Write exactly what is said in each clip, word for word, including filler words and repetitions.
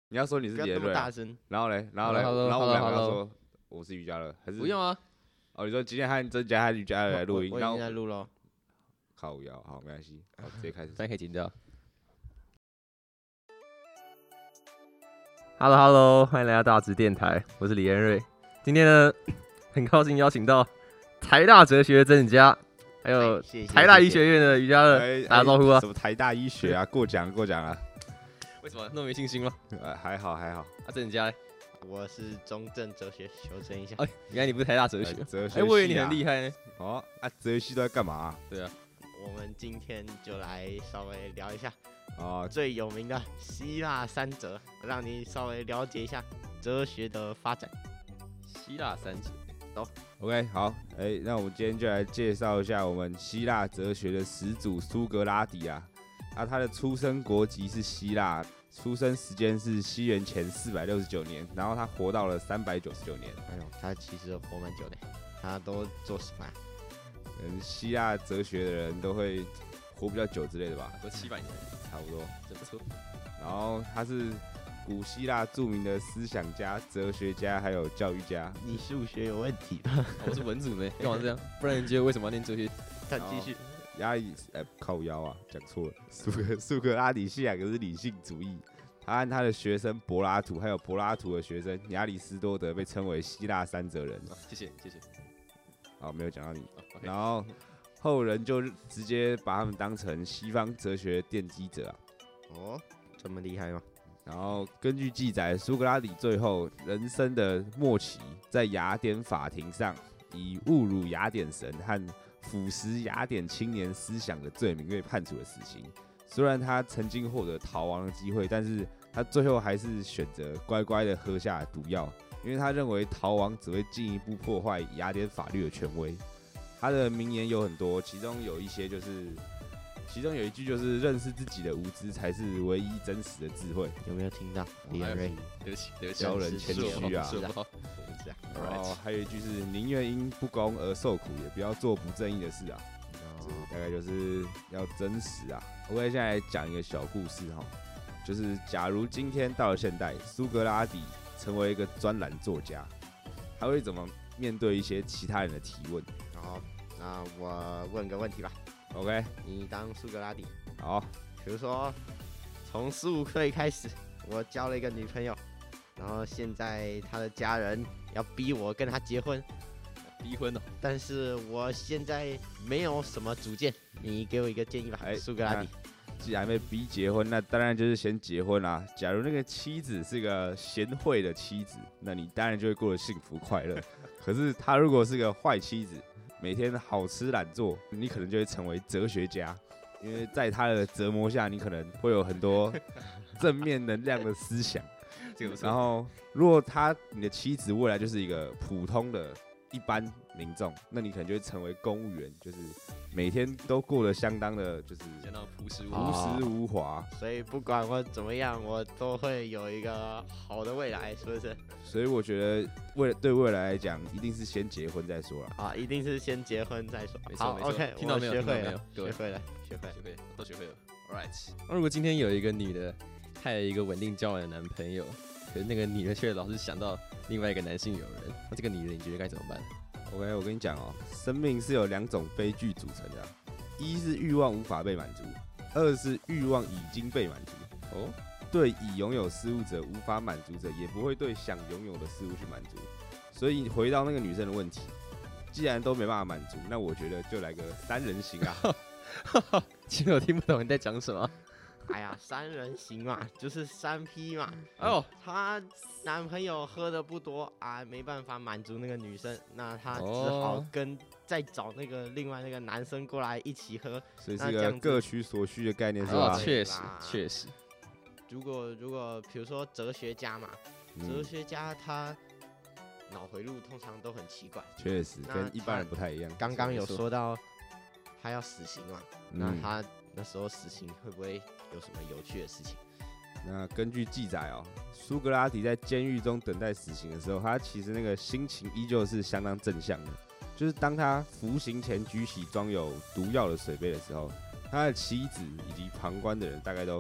你要说你是李不要延瑞、啊， 这么大声。 然后嘞，然后嘞，然后我们两个要说我是瑜伽乐，还是不用啊？ 哦，你说今天和曾家和瑜伽乐来录音， 我已经然后在录了。 靠腰，好，没关系，好，直接开始。 现在可以剪掉。Hello Hello， 欢迎来到大直电台，我是李延瑞。今天呢，很高兴邀请到台大哲学的曾子嘉，还有台大医学院的瑜伽乐，打个招呼啊！ 什么台大医学啊，过奖过奖啊！ 为什么那么没信心吗？ 呃，还好还好。 啊，曾子嘉， 我是中正哲学，修正一下。 哎，原来你不是台大哲学？ 哲学， 哎，我以为你很厉害呢。 哦，啊，哲学系都在干嘛、啊？ 对啊， 我们今天就来稍微聊一下哦， 最有名的希腊三哲，让你稍微了解一下哲学的发展。 希腊三哲。 走 ，OK， 好，哎、欸，那我们今天就来介绍一下我们希腊哲学的始祖苏格拉底啊。啊，他的出生国籍是希腊，出生时间是西元前四百六十九年，然后他活到了三百九十九年。 哎呦，他其实活蛮久的，他都做什么、啊？ 嗯，希腊哲学的人都会活比较久之类的吧？ 都七百年， 差不多， 真不错。 然后他是古希腊著名的思想家、哲学家，还有教育家。 你数学有问题吧？ 我是文组呢，干嘛这样？不然你觉得为什么要念哲学？ 他继续。 压抑，哎、欸，靠腰啊，讲错了。苏格苏格拉底信仰的是理性主义，他和他的学生柏拉图，还有柏拉图的学生亚里士多德被称为希腊三哲人。 哦、谢谢谢谢。 好，没有讲到你。 哦 okay、 然后后人就直接把他们当成西方哲学的奠基者啊。 哦，这么厉害吗？ 然后根据记载，苏格拉底最后人生的末期，在雅典法庭上以侮辱雅典神和腐蚀雅典青年思想的罪名被判处了死刑。虽然他曾经获得逃亡的机会，但是他最后还是选择乖乖的喝下毒药，因为他认为逃亡只会进一步破坏雅典法律的权威。他的名言有很多，其中有一些就是，其中有一句就是认识自己的无知才是唯一真实的智慧。 有没有听到？李延瑞， 对不起对不起， 教人谦虚啊。然后还有一句是宁愿因不公而受苦，也不要做不正义的事啊。哦、大概就是要真实啊。OK， 现在来讲一个小故事哈，就是假如今天到了现代，苏格拉底成为一个专栏作家，他会怎么面对一些其他人的提问？ 好，那我问个问题吧。 OK， 你当苏格拉底。 好， 比如说从十五岁开始，我交了一个女朋友。然后现在他的家人要逼我跟他结婚， 逼婚哦。 但是我现在没有什么主见，你给我一个建议吧， 哎， 苏格拉底。 既然被逼结婚，那当然就是先结婚啦。假如那个妻子是个贤惠的妻子，那你当然就会过得幸福快乐。可是她如果是个坏妻子，每天好吃懒做，你可能就会成为哲学家，因为在她的折磨下，你可能会有很多正面能量的思想。然后，如果他你的妻子未来就是一个普通的一般民众，那你可能就会成为公务员，就是每天都过得相当的，就是相当朴实无实无华。 所以不管我怎么样，我都会有一个好的未来，是不是？ 所以我觉得未对未来来讲，一定是先结婚再说啦。 啊，一定是先结婚再说。好 ，OK， 听到没有？ 学会了， 学会了，学会了， 学会了，都学会了。All right。那如果今天有一个女的，她有一个稳定交往的男朋友，可是那个女的却老是想到另外一个男性友人，那这个女的你觉得该怎么办 ？OK， 我跟你讲哦，生命是由两种悲剧组成的、啊，一是欲望无法被满足，二是欲望已经被满足。哦，对已拥有事物者无法满足者，也不会对想拥有的事物去满足。所以回到那个女生的问题，既然都没办法满足，那我觉得就来个三人行啊。 其实我听不懂你在讲什么。 哎呀，三人行嘛，就是三 P 嘛。 哦， 她男朋友喝的不多啊，没办法满足那个女生，那她只好跟再找那个另外那个男生过来一起喝。 所以是个各取所需的概念，是吧？ 确实，确实。 如果如果比如说哲学家嘛，嗯、哲学家他脑回路通常都很奇怪， 确实跟一般人不太一样。 刚刚有说到他要死刑嘛， 嗯、 那他那时候死刑会不会有什么有趣的事情？ 那根据记载哦，苏格拉底在监狱中等待死刑的时候，他其实那个心情依旧是相当正向的。就是当他服刑前举起装有毒药的水杯的时候，他的妻子以及旁观的人大概都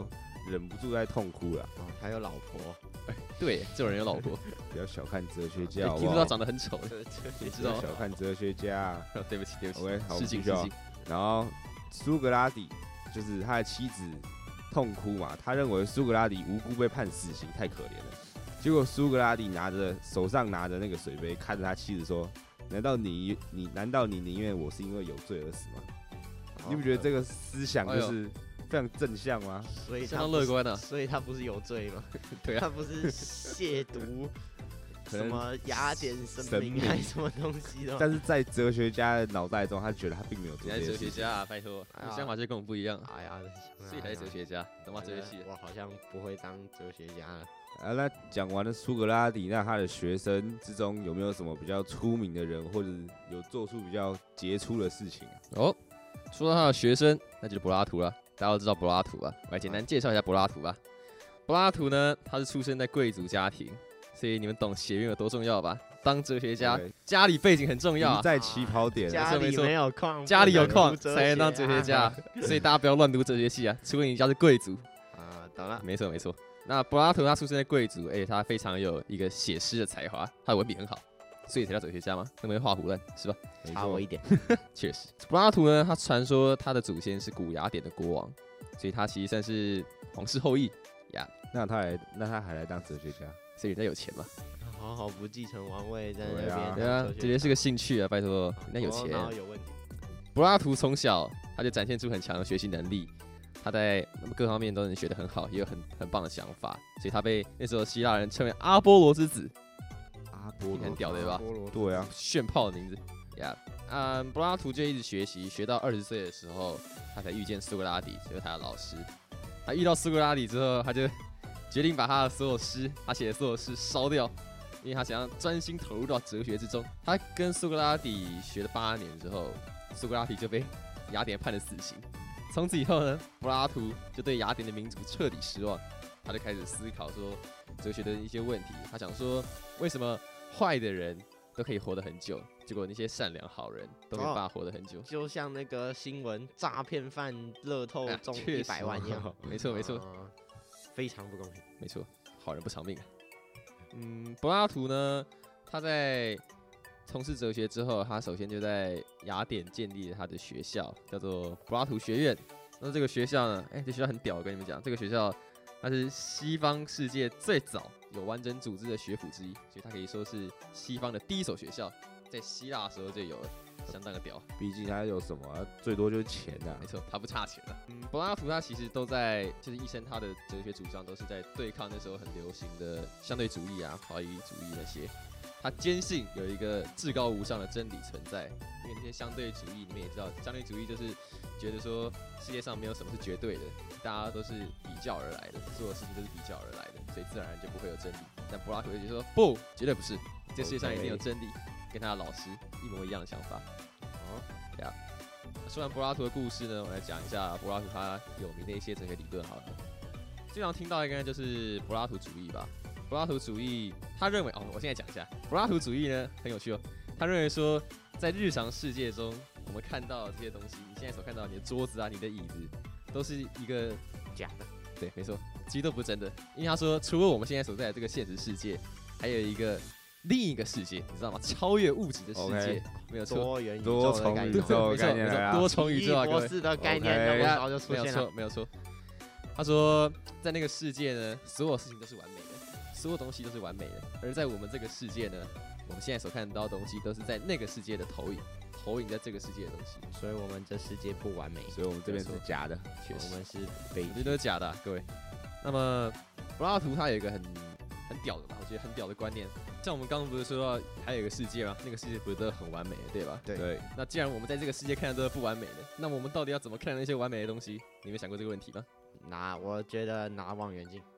忍不住在痛哭了。 哦，他有老婆。 哎，对，这种人有老婆。 不要小看哲学家， 听说他长得很丑， 你知道？小看哲学家。 对不起，对不起。 OK， 好， 失敬失敬。然后苏格拉底就是他的妻子痛哭嘛，他认为苏格拉底无辜被判死刑，太可怜了。结果苏格拉底拿着手上拿着那个水杯，看着他妻子说：“难道你你难道你宁愿我是因为有罪而死吗？”你不觉得这个思想就是非常正向吗？ 所以相当乐观的， 所以他不是有罪吗？ 对啊， 他不是亵渎什么雅典神明还是什么东西的？ 但是在哲学家的脑袋中，他觉得他并没有做这些事。 哲学家啊，拜托，你想法就跟我们不一样。 哎呀， 所以才是哲学家，懂吗？哲学系， 我好像不会当哲学家了。 啊，那讲完了苏格拉底，那他的学生之中有没有什么比较出名的人，或者有做出比较杰出的事情啊？ 哦，说到他的学生，那就是柏拉图了。大家都知道柏拉图吧？我来简单介绍一下柏拉图吧。柏拉图呢，他是出生在贵族家庭，所以你们懂血缘有多重要吧？当哲学家，家里背景很重要、啊， 在起跑点， 家里没有矿， 家里有矿才能当哲学家，所以大家不要乱读哲学系啊，除非你家是贵族啊。懂了， 没错没错。那柏拉图他出生在贵族，而且他非常有一个写诗的才华，他的文笔很好，所以才叫哲学家嘛，那么会画胡乱是吧？ 差我一点， 确实。柏拉图呢，他传说他的祖先是古雅典的国王，所以他其实算是皇室后裔呀。 那他来，那他还来当哲学家， 所以人家有钱嘛。 好好不继承王位，在那边。 对啊，这些是个兴趣啊，拜托，人家有钱。 有问题。 柏拉图从小他就展现出很强的学习能力，他在各方面都能学得很好，也有很很棒的想法，所以他被那时候希腊人称为阿波罗之子。 阿波罗， 很屌对吧？ 对啊， 炫炮的名字呀。嗯、um, ，柏拉图就一直学习，学到二十岁的时候，他才遇见苏格拉底，就是他的老师。他遇到苏格拉底之后，他就决定把他的所有诗，他写的所有诗烧掉，因为他想要专心投入到哲学之中。他跟苏格拉底学了八年之后，苏格拉底就被雅典判了死刑。从此以后呢，柏拉图就对雅典的民族彻底失望，他就开始思考说哲学的一些问题。他想说，为什么坏的人都可以活得很久，结果那些善良好人都没办法活得很久？哦、 就像那个新闻，诈骗犯乐透中一百万一样。 没错没错、 呃，非常不公平。 没错，好人不偿命。嗯，柏拉图呢，他在从事哲学之后，他首先就在雅典建立了他的学校，叫做柏拉图学院。那这个学校呢，哎、欸，这学校很屌，我跟你们讲，这个学校它是西方世界最早有完整组织的学府之一，所以它可以说是西方的第一所学校，在希腊的时候就有了，相当的屌。 毕竟它有什么，最多就是钱啊。 没错，他不差钱啊。嗯，柏拉图他其实都在，就是一生他的哲学主张都是在对抗那时候很流行的相对主义啊、怀疑主义那些。他坚信有一个至高无上的真理存在，因为那些相对主义，你们也知道，相对主义就是觉得说世界上没有什么是绝对的，大家都是比较而来的，所有事情都是比较而来的，所以自然而然就不会有真理。但柏拉图就说不，绝对不是，这世界上一定有真理，跟他的老师一模一样的想法。哦，对啊。说完柏拉图的故事呢，我来讲一下柏拉图他有名的一些哲学理论好了。最常听到应该就是柏拉图主义吧。柏拉图主义，他认为哦，我现在讲一下柏拉图主义呢，很有趣哦。他认为说，在日常世界中，我们看到的这些东西，你现在所看到的你的桌子啊、你的椅子，都是一个假的。 对，没错，其实都不是真的。因为他说，除了我们现在所在的这个现实世界，还有一个另一个世界，你知道吗？超越物质的世界， okay, 没有错， 多元宇宙的概念， 多重宇宙没错没错，多重宇宙啊， 博士的概念，很早就出现了， 没有错，没有错。他说，在那个世界呢，所有事情都是完美的。所有东西都是完美的，而在我们这个世界呢，我们现在所看到的东西都是在那个世界的投影，投影在这个世界的东西， 所以我们这世界不完美， 所以我们这边是假的， 确实，我们是非， 这都是假的、啊，各位。那么柏拉图他有一个很很屌的吧，我觉得很屌的观念，像我们刚刚不是说到还有一个世界吗？那个世界不是都很完美的，对吧？ 对。 对那既然我们在这个世界看的都是不完美的，那我们到底要怎么看那些完美的东西？你有想过这个问题吗？ 拿，我觉得拿望远镜。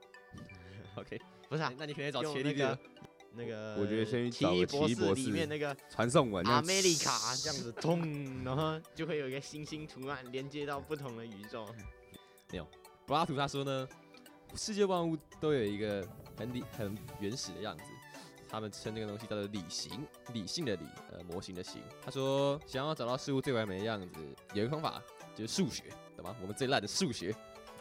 OK。 不是、啊， 那你可以找伽利略。 那个， 我觉得先去找个奇异博士里面那个传送文， 阿美利卡这样子通，然后就会有一个星星图案连接到不同的宇宙。 没有，柏拉图他说呢，世界万物都有一个很理很原始的样子，他们称这个东西叫做理型，理性的理，呃，模型的形。他说，想要找到事物最完美的样子，有一个方法就是数学，懂吗？我们最烂的数学。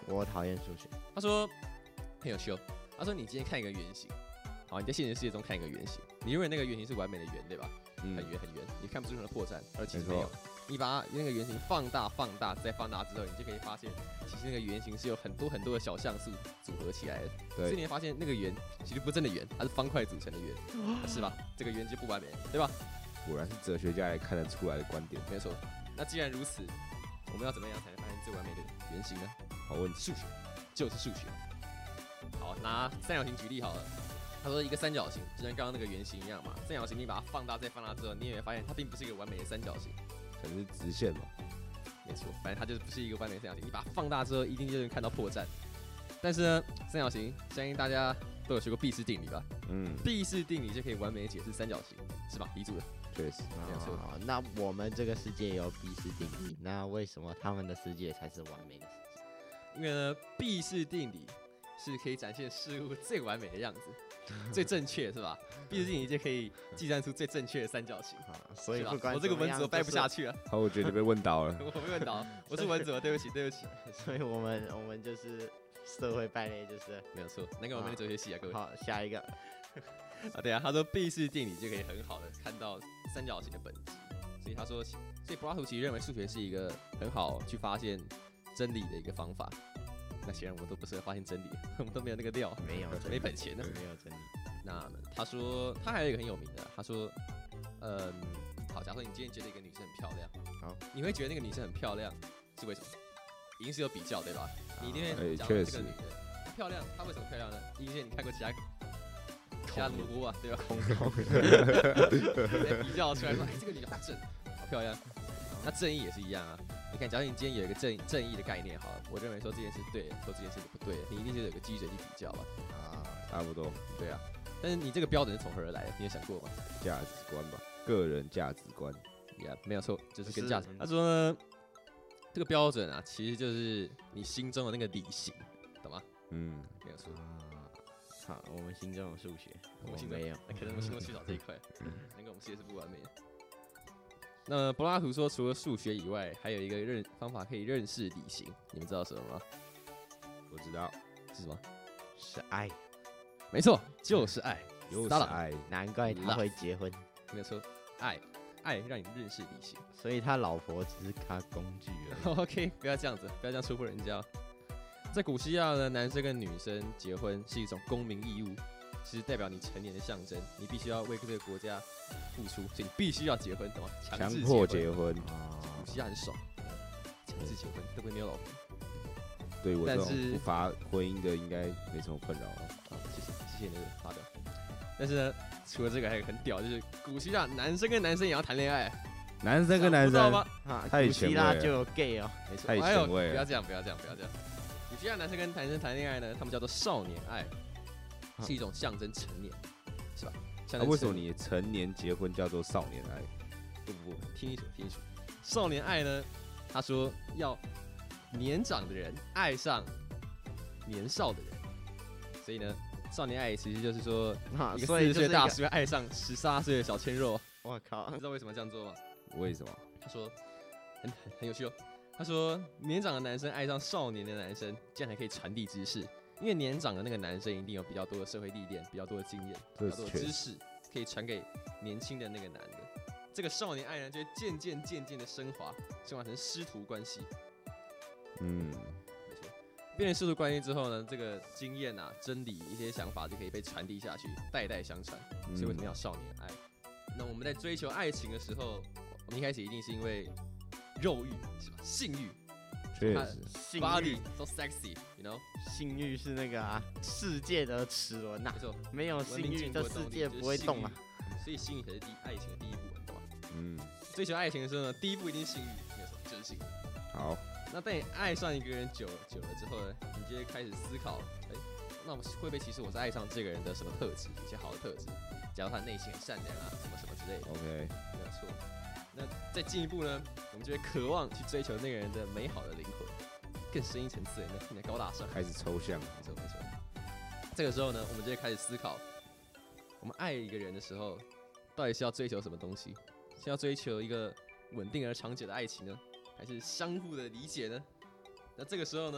我讨厌数学。 他说很有趣哦。他说你今天看一个圆形，好，你在现实世界中看一个圆形，你认为那个圆形是完美的圆，对吧？ 嗯很圆很圆，你看不出任何破绽，而其实没错没有。你把那个圆形放大、放大再放大之后，你就可以发现，其实那个圆形是有很多很多的小像素组合起来的。所以对， 你会发现那个圆其实不真的圆，它是方块组成的圆，是吧？这个圆就不完美，对吧？ 果然是哲学家也看得出来的观点。 没错。那既然如此，我们要怎么样才能发现最完美的圆形呢？ 好问题， 数学就是数学。好，拿三角形举例好了。他说一个三角形就像刚刚那个圆形一样嘛，三角形你把它放大再放大之后，你也会发现它并不是一个完美的三角形。 可能是直线嘛。 没错，反正它就是不是一个完美的三角形。你把它放大之后，一定就能看到破绽。但是呢，三角形相信大家都有学过毕氏定理吧？ 嗯， 毕氏定理就可以完美的解释三角形，是吧？理组的。 确实。 没有错啊，那我们这个世界也有毕氏定理，那为什么他们的世界才是完美的世界？ 因为呢，毕氏定理是可以展现事物最完美的样子，最正确，是吧？毕氏定理就可以计算出最正确的三角形。 啊，所以是吧不管我这个怎么样文字我掰不就是下去了， 好，我觉得被问倒了。 我被问倒，我是文子，对不起，对不起， 所以我们我们就是社会败类，就是没有错，难怪我们是哲学系啊，各位。 好下一个啊，对啊，他说毕氏定理就可以很好的看到三角形的本质，所以他说，所以柏拉图其实认为数学是一个很好去发现真理的一个方法。那显然我们都不适合发现真理，我们都没有那个料， 没有真理没本钱呢。 没有真理。 那他说他还有一个很有名的，他说，嗯，好，假如说你今天觉得一个女生很漂亮， 好， 你会觉得那个女生很漂亮是为什么？一定是有比较，对吧？你一定哎会讲确实这个女的她漂亮，她为什么漂亮呢？一定是你看过其他其他萝卜啊，对吧？ 空空来比较出来说，哎，这个女的好正，好漂亮。那正义也是一样啊。你看，假如你今天有一个正正义的概念，好了，我认为说这件事对，说这件事不对，你一定是有个基准去比较吧？ 啊， 差不多。 对啊。但是你这个标准是从何而来的？你有想过吗？ 价值观吧，个人价值观。 呀、yeah, 没有错，就是跟是价值。他说呢，这个标准啊，其实就是你心中的那个理性，懂吗？ 嗯， 没有错。 好，我们心中有数学， 我们心中没有。 那可能我们心中缺少这一块，难怪我们世界是不完美的。那柏拉图说，除了数学以外，还有一个认方法可以认识理性，你们知道什么吗？ 我知道， 是什么？ 是爱， 没错，就是爱。 又是打扰爱。 难怪他会结婚， 没有错，爱，爱让你认识理性。 所以他老婆只是他工具而已。 OK， 不要这样子，不要这样戳破人家哦。在古希腊呢，男生跟女生结婚是一种公民义务，其实代表你成年的象征，你必须要为这个国家付出，所以你必须要结婚，懂吗？ 强制迫结婚。 结婚， 古希腊很爽，强制结婚，会不会没有老婆？ 对我这种但是不乏婚姻的应该没什么困扰了。 好，谢谢，谢谢你的发表。但是呢，除了这个，还有一个很屌，就是古希腊男生跟男生也要谈恋爱， 男生跟男生知道吗？ 啊， 太古希前卫了腊就有 gay 哦， 没错， 太哎呦前卫了不要这样，不要这样，不要这样。古希腊男生跟男生谈恋爱呢，他们叫做少年爱，是一种象征成年，是吧？象那、 征成为什么你成年结婚叫做少年爱？ 不不不，听清楚，听清楚。少年爱呢，他说要年长的人爱上年少的人，所以呢，少年爱其实就是说， 啊， 一个所四十岁大以就是一个， 叔要爱上十八岁的小鲜肉。 我靠你，知道为什么这样做吗？ 为什么？ 他说很很很有趣哦。他说年长的男生爱上少年的男生，这样才可以传递知识，因为年长的那个男生一定有比较多的社会历练，比较多的经验，比较多的这是确实。 知识，可以传给年轻的那个男的。这个少年爱呢，就会渐渐渐渐的升华，升华成师徒关系。 嗯， 没错，变成师徒关系之后呢，这个经验啊、真理、一些想法就可以被传递下去，代代相传。所以为什么要少年爱？那我们在追求爱情的时候，我们一开始一定是因为肉欲，是吧？性欲他确实。 性 ，body 欲， so sexy，you know？ 性欲是那个啊，世界的齿轮呐没，错， 没有文明性欲，这进步的动力世界就是性不会动啊。 欲，所以性欲才是第一爱情的第一步，你懂吗？ 嗯， 追求爱情的时候呢，第一步一定是性欲，没有错，就是性欲。 好， 那当你爱上一个人久久了之后呢，你就会开始思考，哎、那我会不会其实我是爱上这个人的什么特质，一些好的特质，假如他内心很善良啊，什么什么之类的， OK， 没有错。那再进一步呢，我们就会渴望去追求那个人的美好的灵魂，更深一层次，那听起来高大上。 开始抽象。 没错没错。这个时候呢，我们就会开始思考，我们爱一个人的时候，到底是要追求什么东西？是要追求一个稳定而长久的爱情呢，还是相互的理解呢？那这个时候呢，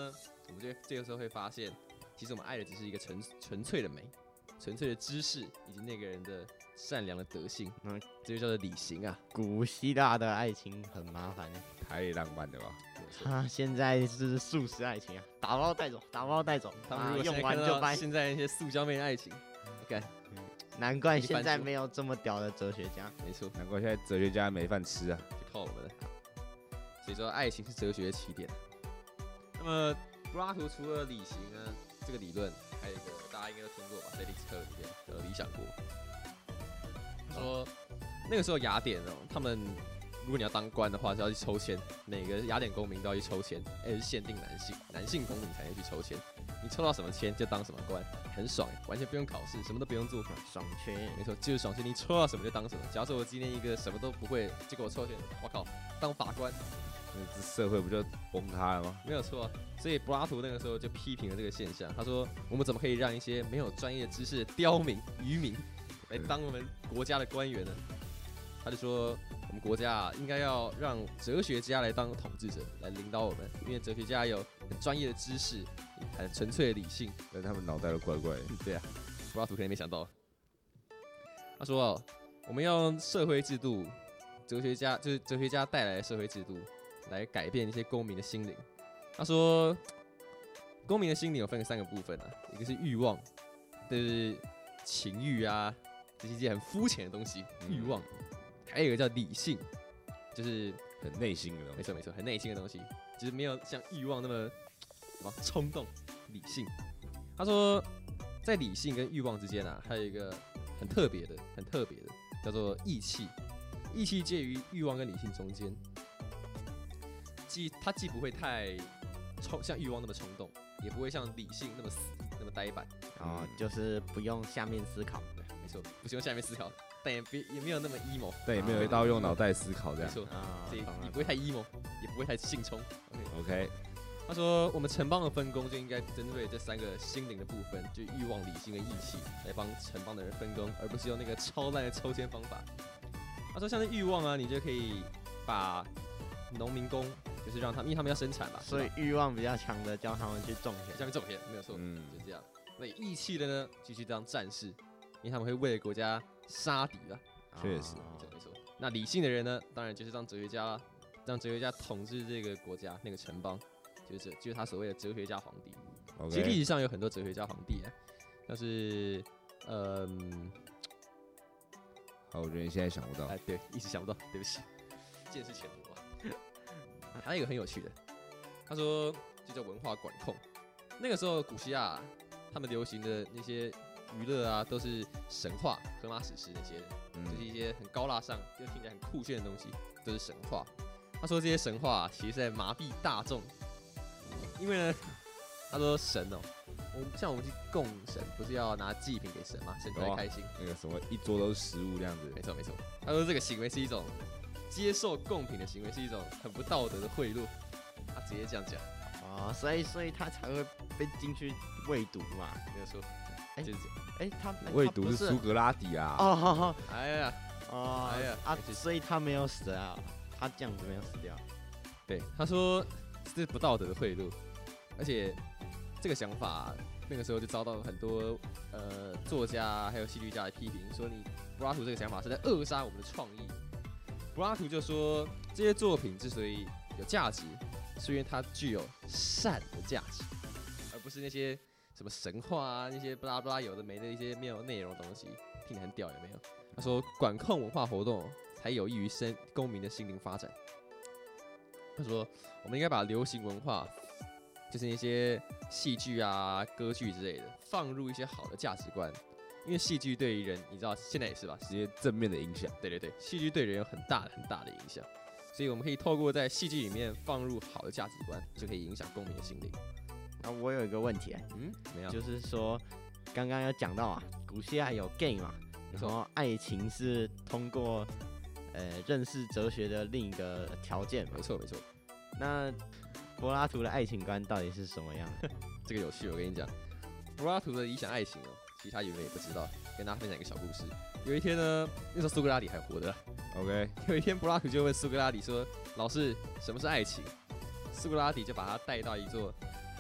我们就这个时候会发现，其实我们爱的只是一个纯纯粹的美，纯粹的知识，以及那个人的善良的德性，嗯，这就叫做理性啊。 古希腊的爱情很麻烦的， 太浪漫了吧？ 啊，现在是速食爱情啊，打包带走，打包带走， 他们如果用完就掰。 现在那些塑胶妹的爱情 ，OK，、嗯、 难怪现在没有这么屌的哲学家。 没错， 难怪现在哲学家没饭吃啊， 就靠我们了。所以说，爱情是哲学的起点。那么，柏拉图除了理型呢这个理论，还有一个大家应该都听过吧，在历史课里面的理想国。他说，那个时候雅典哦，他们如果你要当官的话，是要去抽签，每个雅典公民都要去抽签，而且是限定男性，男性公民才能去抽签。你抽到什么签就当什么官，很爽，完全不用考试，什么都不用做， 爽缺。 没错，就是爽缺。你抽到什么就当什么。假如说我今天一个什么都不会，结果我抽签，我靠，当法官。 那这社会不就崩塌了吗？ 没有错、啊，所以柏拉图那个时候就批评了这个现象。他说：“我们怎么可以让一些没有专业知识的刁民、渔民来当我们国家的官员呢？”他就说：“我们国家啊，应该要让哲学家来当统治者，来领导我们，因为哲学家有很专业的知识，很纯粹的理性， 但他们脑袋都怪怪的。” 对啊，柏拉图肯定没想到。他说、哦：“我们要用社会制度，哲学家就是哲学家带来的社会制度。”来改变一些公民的心灵。他说，公民的心灵有分成三个部分啊，一个是欲望，就是情欲啊，这是一些很肤浅的东西，欲望；还有一个叫理性，就是很内心的东西。 没错没错，很内心的东西，就是没有像欲望那么什么冲动，理性。他说，在理性跟欲望之间啊，还有一个很特别的、很特别的，叫做义气。义气介于欲望跟理性中间。既它既不会太冲，像欲望那么冲动，也不会像理性那么死、那么呆板。 哦，就是不用下面思考。 对，没错，不是用下面思考，但也别也没有那么 emo， 但也没有到用脑袋思考这样。 没错， 啊， 所以你不会太 emo， 也不会太性冲。 OK，, okay 他说我们城邦的分工就应该针对这三个心灵的部分，就欲望、理性跟义气，来帮城邦的人分工，而不是用那个超烂的抽签方法。他说像是欲望啊，你就可以把农民工。就是让他们，因为他们要生产嘛， 所以欲望比较强的叫他们去种田， 下面种田没有错， 嗯， 就是这样。那义气的呢，继续当战士，因为他们会为了国家杀敌了。 确实， 对，没错。那理性的人呢，当然就是当哲学家啦，让哲学家统治这个国家那个城邦，就是就是他所谓的哲学家皇帝。 Okay. 其实历史上有很多哲学家皇帝啊，像是嗯， 好，我觉得你现在想不到， 哎，对，一时想不到，对不起，见识浅薄啊。还有一个很有趣的，他说就叫文化管控。那个时候古希腊他们流行的那些娱乐啊，都是神话、荷马史诗那些的，嗯、就是一些很高大上又听起来很酷炫的东西，都是神话。他说这些神话、啊、其实在麻痹大众，因为呢，他说神哦，我们像我们去供神，不是要拿祭品给神吗？神才会开心。 那个什么一桌都是食物这样子。 没错没错。他说这个行为是一种。接受贡品的行为是一种很不道德的贿赂，他直接这样讲哦，所以所以他才会被进去喂毒嘛， 没有错， 哎、欸， 就是这样。 哎、欸，他喂毒是苏格拉底啊。 哦，好好， 哎呀， 哦，哎呀啊，所以他没有死啊，他这样子没有死掉。 对，他说这是不道德的贿赂，而且这个想法那个时候就遭到很多呃作家还有戏剧家的批评，说你柏拉图这个想法是在扼杀我们的创意。柏拉图就说，这些作品之所以有价值，是因为它具有善的价值，而不是那些什么神话啊，那些巴拉巴拉有的没的一些没有内容的东西，听得很屌，有没有？他说，管控文化活动才有益于生公民的心灵发展。他说，我们应该把流行文化，就是那些戏剧啊、歌剧之类的，放入一些好的价值观。因为戏剧对于人，你知道现在也是吧， 直接正面的影响。 对对对，戏剧对人有很大很大的影响，所以我们可以透过在戏剧里面放入好的价值观，就可以影响公民的心灵。 那我有一个问题、欸， 嗯，没有， 就是说刚刚有讲到啊，古希腊有 gay 嘛，然后爱情是通过呃认识哲学的另一个条件嘛， 没错没错。 那柏拉图的爱情观到底是什么样的？ 这个有趣，我跟你讲，柏拉图的理想爱情哦。其实他原本也不知道，跟大家分享一个小故事。有一天呢，那时候苏格拉底还活着。 OK， 有一天柏拉图就问苏格拉底说：“老师，什么是爱情？”苏格拉底就把他带到一座很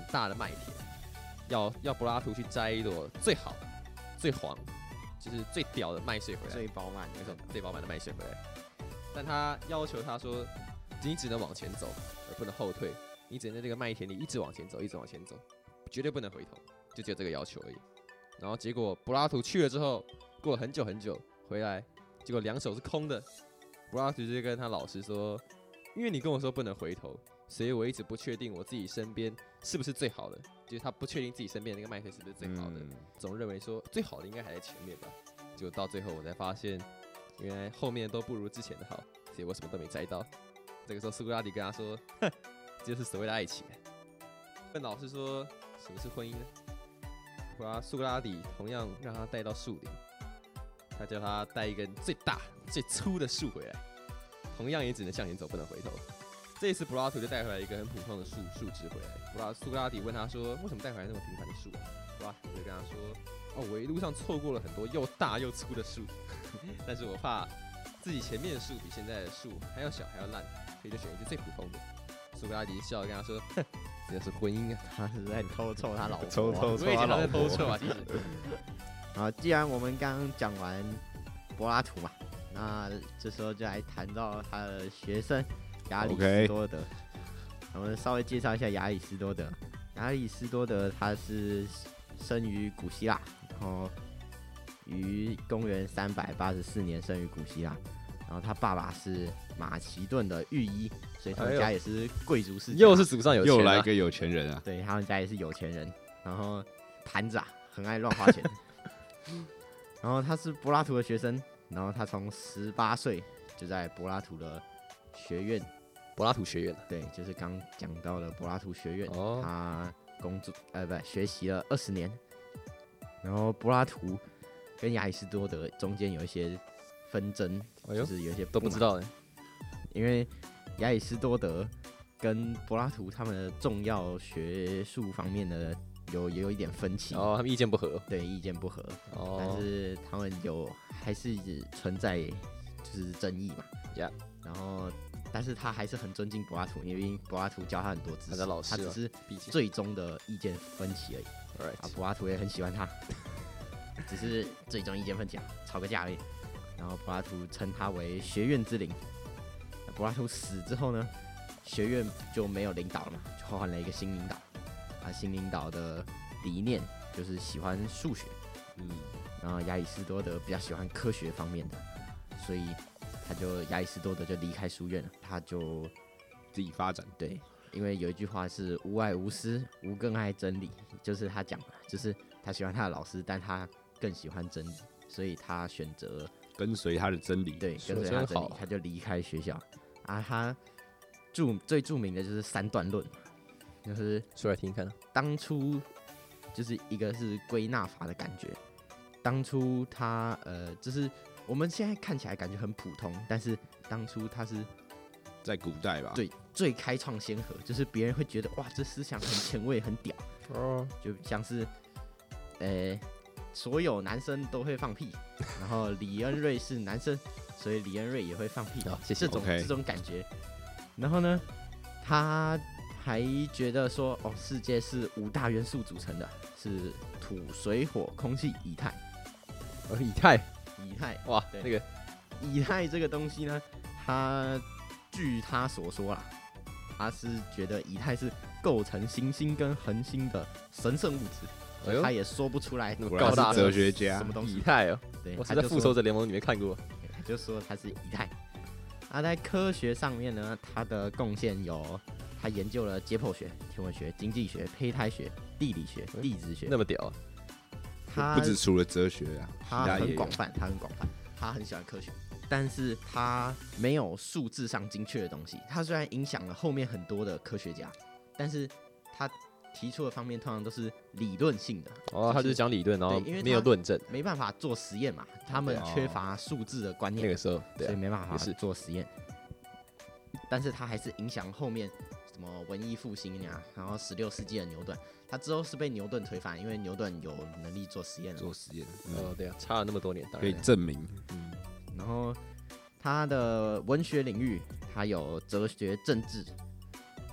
大的麦田，要要柏拉图去摘一朵最好、最黄，就是最屌的麦穗回来， 最饱满没错，最饱满的麦穗回来。但他要求他说，你只能往前走，而不能后退，你只能在这个麦田里一直往前走，一直往前走，绝对不能回头，就只有这个要求而已。然后结果柏拉图去了之后，过了很久很久回来，结果两手是空的。柏拉图就跟他老师说，因为你跟我说不能回头，所以我一直不确定我自己身边是不是最好的，就是他不确定自己身边那个麦穗是不是最好的， 嗯、 总认为说最好的应该还在前面吧。结果到最后我才发现，原来后面都不如之前的好，所以我什么都没摘到。这个时候苏格拉底跟他说：“哼，这就是所谓的爱情。”问老师说什么是婚姻呢？后来苏格拉底同样让他带到树林，他叫他带一根最大最粗的树回来，同样也只能向前走，不能回头。这一次柏拉图就带回来一个很普通的树树枝回来。柏拉苏格拉底问他说：“为什么带回来那么平凡的树啊？”柏拉图就跟他说：“哦，我一路上错过了很多又大又粗的树，但是我怕自己前面的树比现在的树还要小还要烂，所以就选一只最普通的。”苏格拉底笑着跟他说：“哼，这就是婚姻啊！” 他是在偷臭他老婆， 偷偷我以前他在偷臭啊，其实。 好，既然我们刚刚讲完柏拉图嘛，那这时候就来谈到他的学生亚里士多德。Okay. 我们稍微介绍一下亚里士多德。亚里士多德他是生于古希腊，然后于公元三百八十四年生于古希腊。然后他爸爸是马其顿的御医，所以他们家也是贵族世家， 又是祖上有钱、啊， 又来一个有钱人啊！ 对，他们家也是有钱人，然后盘子啊，很爱乱花钱。然后他是柏拉图的学生，然后他从十八岁就在柏拉图的学院， 柏拉图学院， 对，就是刚讲到的柏拉图学院， 哦、 他工作呃不学习了二十年。然后柏拉图跟亚里士多德中间有一些纷争， 哎、 就是有一些都不知道哎， 因为亚里士多德跟柏拉图他们的重要学术方面的有也有一点分歧， 哦，他们意见不合， 对，意见不合， 哦， 但是他们有还是存在就是争议嘛， yeah. 然后但是他还是很尊敬柏拉图，因为柏拉图教他很多知识， 他的老师、啊， 他只是最终的意见分歧而已。 Right. 啊，柏拉图也很喜欢他，只是最终意见分歧啊，吵个架而已。然后柏拉图称他为学院之灵。柏拉图死之后呢，学院就没有领导了嘛，就换了一个新领导。啊，新领导的理念就是喜欢数学， 嗯， 然后亚里士多德比较喜欢科学方面的，所以他就亚里士多德就离开书院了，他就自己发展。 对，因为有一句话是无爱无私，无更爱真理，就是他讲的，就是他喜欢他的老师，但他更喜欢真理，所以他选择跟随他的真理， 对，跟随他的真理，他就离开学校。啊，他著最著名的就是三段论，就是说来听看。 当初就是一个是归纳法的感觉，当初他呃，就是我们现在看起来感觉很普通，但是当初他是在古代吧， 对，最开创先河，就是别人会觉得哇，这思想很前卫，很屌哦，就像是呃。所有男生都会放屁，然后李恩瑞是男生，所以李恩瑞也会放屁。 哦，谢谢。 这种、 okay. 这种感觉。然后呢，他还觉得说，哦，世界是五大元素组成的，是土、水、火、空气、以太。 哦，以太， 以太， 哇，那个以太这个东西呢，他据他所说啦，他是觉得以太是构成行星跟恒星的神圣物质。哎、他也说不出来， 那么高大哲学家什么东西？ 以太哦， 对， 我是在复仇者联盟里面看过。 他就说他是以太。啊，在科学上面呢，他的贡献有，他研究了解剖学、天文学、经济学、胚胎学、地理学、地质学， 那么屌、啊。 他不止除了哲学啊， 他很广泛，他很广泛，他很喜欢科学，但是他没有数字上精确的东西。他虽然影响了后面很多的科学家，但是他提出的方面通常都是理论性的哦，他就是讲理论，然后没有论证， 没办法做实验嘛，他们缺乏数字的观念， 那个时候，对、啊， 所以没办法做实验。但是他还是影响后面什么文艺复兴呀，然后十六世纪的牛顿，他之后是被牛顿推翻，因为牛顿有能力做实验了， 做实验， 嗯、哦，对啊，差了那么多年， 可以证明， 嗯，然后他的文学领域，他有哲学、政治。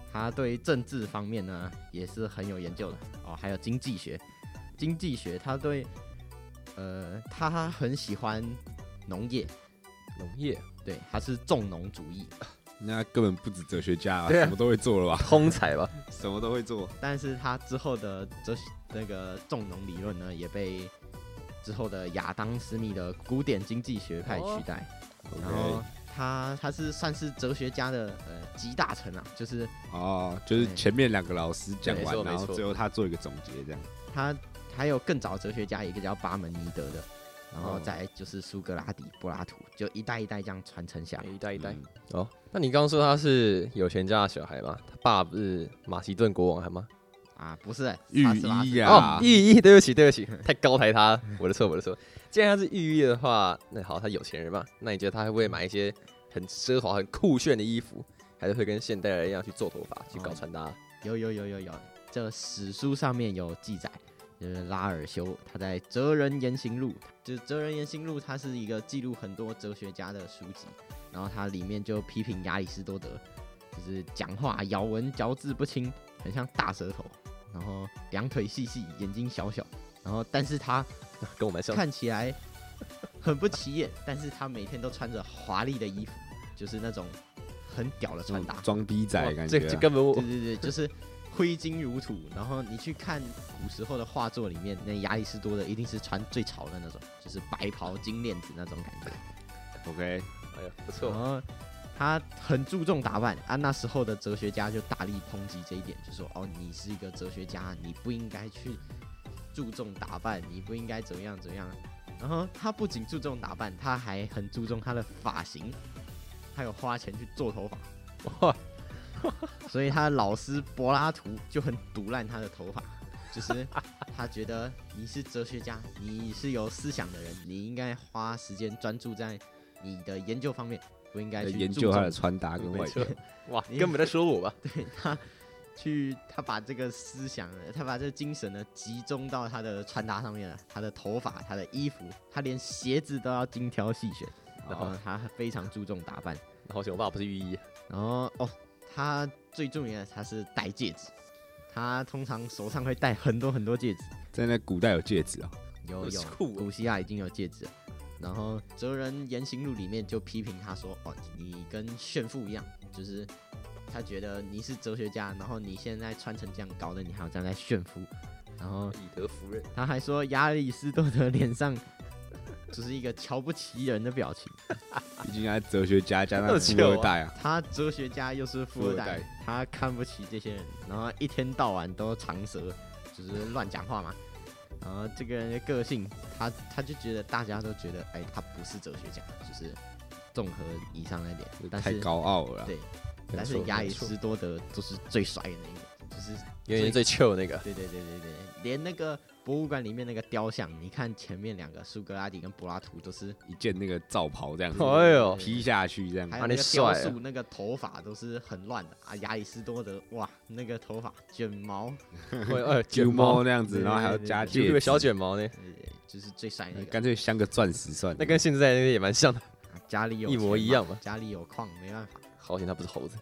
他对政治方面呢也是很有研究的哦，还有经济学，经济学他对呃他很喜欢农业， 农业对，他是重农主义， 那根本不止哲学家啊， 对啊什么都会做了吧？ 通才吧？ 什么都会做。 但是他之后的哲学那个重农理论呢，也被之后的亚当·斯密的古典经济学派取代。 哦、 然后他他是算是哲学家的呃集大成啊，就是哦，就是前面两个老师讲完， 对然后最后他做一个总结，这样。 他还有更早哲学家，一个叫巴门尼德的，然后再来就是苏格拉底、柏拉图，就一代一代这样传承下来， 一代一代。 嗯、 哦，那你刚刚说他是有钱家的小孩吗？他爸不是马其顿国王还吗？ 啊，不是御医呀！ 哦，御医，对不起，对不起，太高抬他了，我的错，我的错。既然他是御医的话，那好，他有钱人嘛，那你觉得他会不会买一些很奢华、很酷炫的衣服，还是会跟现代人一样去做头发、去搞穿搭？ 有有有有有，这史书上面有记载，就是拉尔修他在《哲人言行录》，就是《哲人言行录》，它是一个记录很多哲学家的书籍，然后它里面就批评亚里士多德，就是讲话咬文嚼字不清，很像大舌头，然后两腿细细，眼睛小小，然后但是他跟我们像， 看起来很不起眼，但是他每天都穿着华丽的衣服，就是那种很屌的穿搭， 装逼仔的感觉、 啊， 这这根本我对对对，就是挥金如土。然后你去看古时候的画作里面，那亚里士多德一定是穿最潮的那种，就是白袍金链子那种感觉。 OK， 哎呀，不错。 然后他很注重打扮啊，那时候的哲学家就大力抨击这一点，就说哦，你是一个哲学家，你不应该去注重打扮，你不应该怎么样怎么样。然后他不仅注重打扮，他还很注重他的发型，还有花钱去做头发。 哇！ 所以他的老师柏拉图就很毒烂他的头发，就是他觉得你是哲学家，你是有思想的人，你应该花时间专注在你的研究方面，不应该去研究他的穿搭跟外表。 哇，根本在说我吧？ 对他去，他把这个思想，他把这个精神呢集中到他的穿搭上面了，他的头发，他的衣服，他连鞋子都要精挑细选，然后他非常注重打扮。 然后我爸不是御医， 然后哦。他最著名的他是戴戒指，他通常手上会戴很多很多戒指。 在那古代有戒指啊、哦？ 有有，古希腊已经有戒指了。然后《哲人言行录》里面就批评他说：“哦，你跟炫富一样，就是他觉得你是哲学家，然后你现在穿成这样，搞得你还要这样在炫富。”然后以德服人。 他还说亚里士多德脸上就是一个瞧不起人的表情。 毕竟他哲学家加上富二代啊， 他哲学家又是富二代，他看不起这些人，然后一天到晚都长舌，就是乱讲话嘛。然后这个人的个性，他他就觉得大家都觉得，哎，他不是哲学家，就是综合以上那点，但是太高傲了。 对，但是亚里士多德就是最帅的那个，就是永远最 chill 那个。 对对对对对，连那个博物馆里面那个雕像，你看前面两个苏格拉底跟柏拉图都是一件那个罩袍这样子， 哎呦， 披下去这样， 还有那个雕塑那个头发都是很乱的啊。亚里士多德哇，那个头发卷毛， 哎， 卷毛那样子，然后还要加戒指， 小卷毛呢， 就是最帅那个， 干脆镶个钻石算了。 那跟现在那个也蛮像的， 家里有一模一样嘛， 家里有矿没办法。 好险他不是猴子。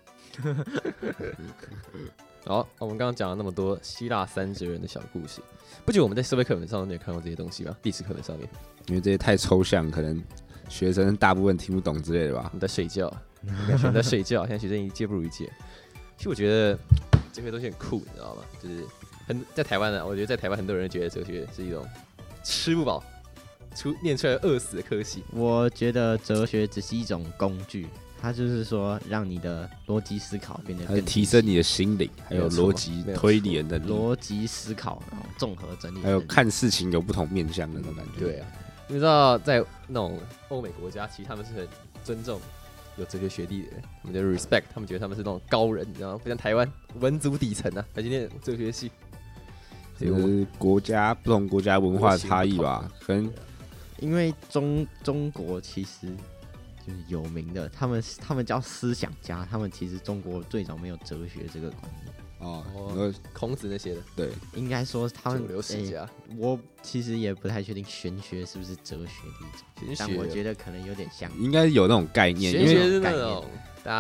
好，我们刚刚讲了那么多希腊三哲人的小故事，不觉得我们在社会课本上面有看过这些东西吗？历史课本上面， 因为这些太抽象，可能学生大部分听不懂之类的吧。 你在睡觉，感觉在睡觉。现在学生一届不如一届。其实我觉得这些东西很酷，你知道吗？就是很在台湾呢，我觉得在台湾很多人觉得哲学是一种吃不饱、出念出来饿死的科系。 我觉得哲学只是一种工具。它就是说，让你的逻辑思考变得更提升你的心灵，还有逻辑推理的能力， 逻辑思考，然后综合整理， 还有看事情有不同面向的那种感觉。 对啊，你知道在那种欧美国家，其实他们是很尊重有哲学学历的人，他们就 respect， 他们觉得他们是那种高人，你知道吗？不像台湾文族底层啊，还去念哲学系。 就是国家不同国家文化的差异吧，可能因为中中国其实。就是有名的，他们他们叫思想家，他们其实中国最早没有哲学这个观念哦， 哦孔子那些的， 对， 应该说他们九流世家、欸， 我其实也不太确定玄学是不是哲学的一种，但我觉得可能有点像， 应该有那种概念， 玄学是那种大家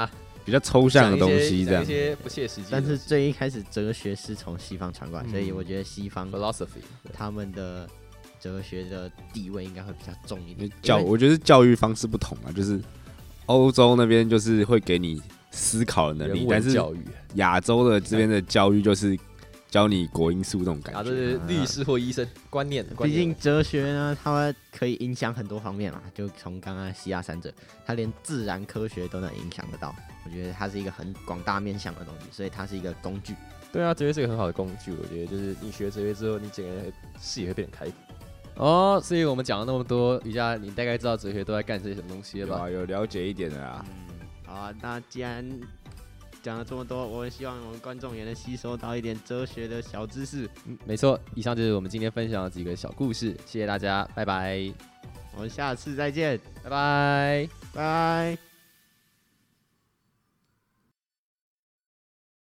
比较抽象的东西，这样一些不切实际。 但是最一开始哲学是从西方传过来， 嗯、 所以我觉得西方 philosophy 他们的哲学的地位应该会比较重一点。 教我觉得教育方式不同啊，就是欧洲那边就是会给你思考的能力，但是亚洲的这边的教育就是教你国英数这种感觉。 啊，这是律师或医生观念。 毕竟哲学呢，它可以影响很多方面嘛，就从刚刚西亚三者，它连自然科学都能影响得到。我觉得它是一个很广大面向的东西，所以它是一个工具。 对啊，哲学是一个很好的工具。我觉得就是你学哲学之后，你整个人视野会变得开阔。哦，所以我们讲了那么多，瑜伽，你大概知道哲学都在干这些什么东西了吧？ 有啊，有了解一点的啦。 嗯，好啊，那既然讲了这么多，我们希望我们观众也能吸收到一点哲学的小知识。 嗯，没错，以上就是我们今天分享的几个小故事，谢谢大家，拜拜， 我们下次再见， 拜拜， 拜拜。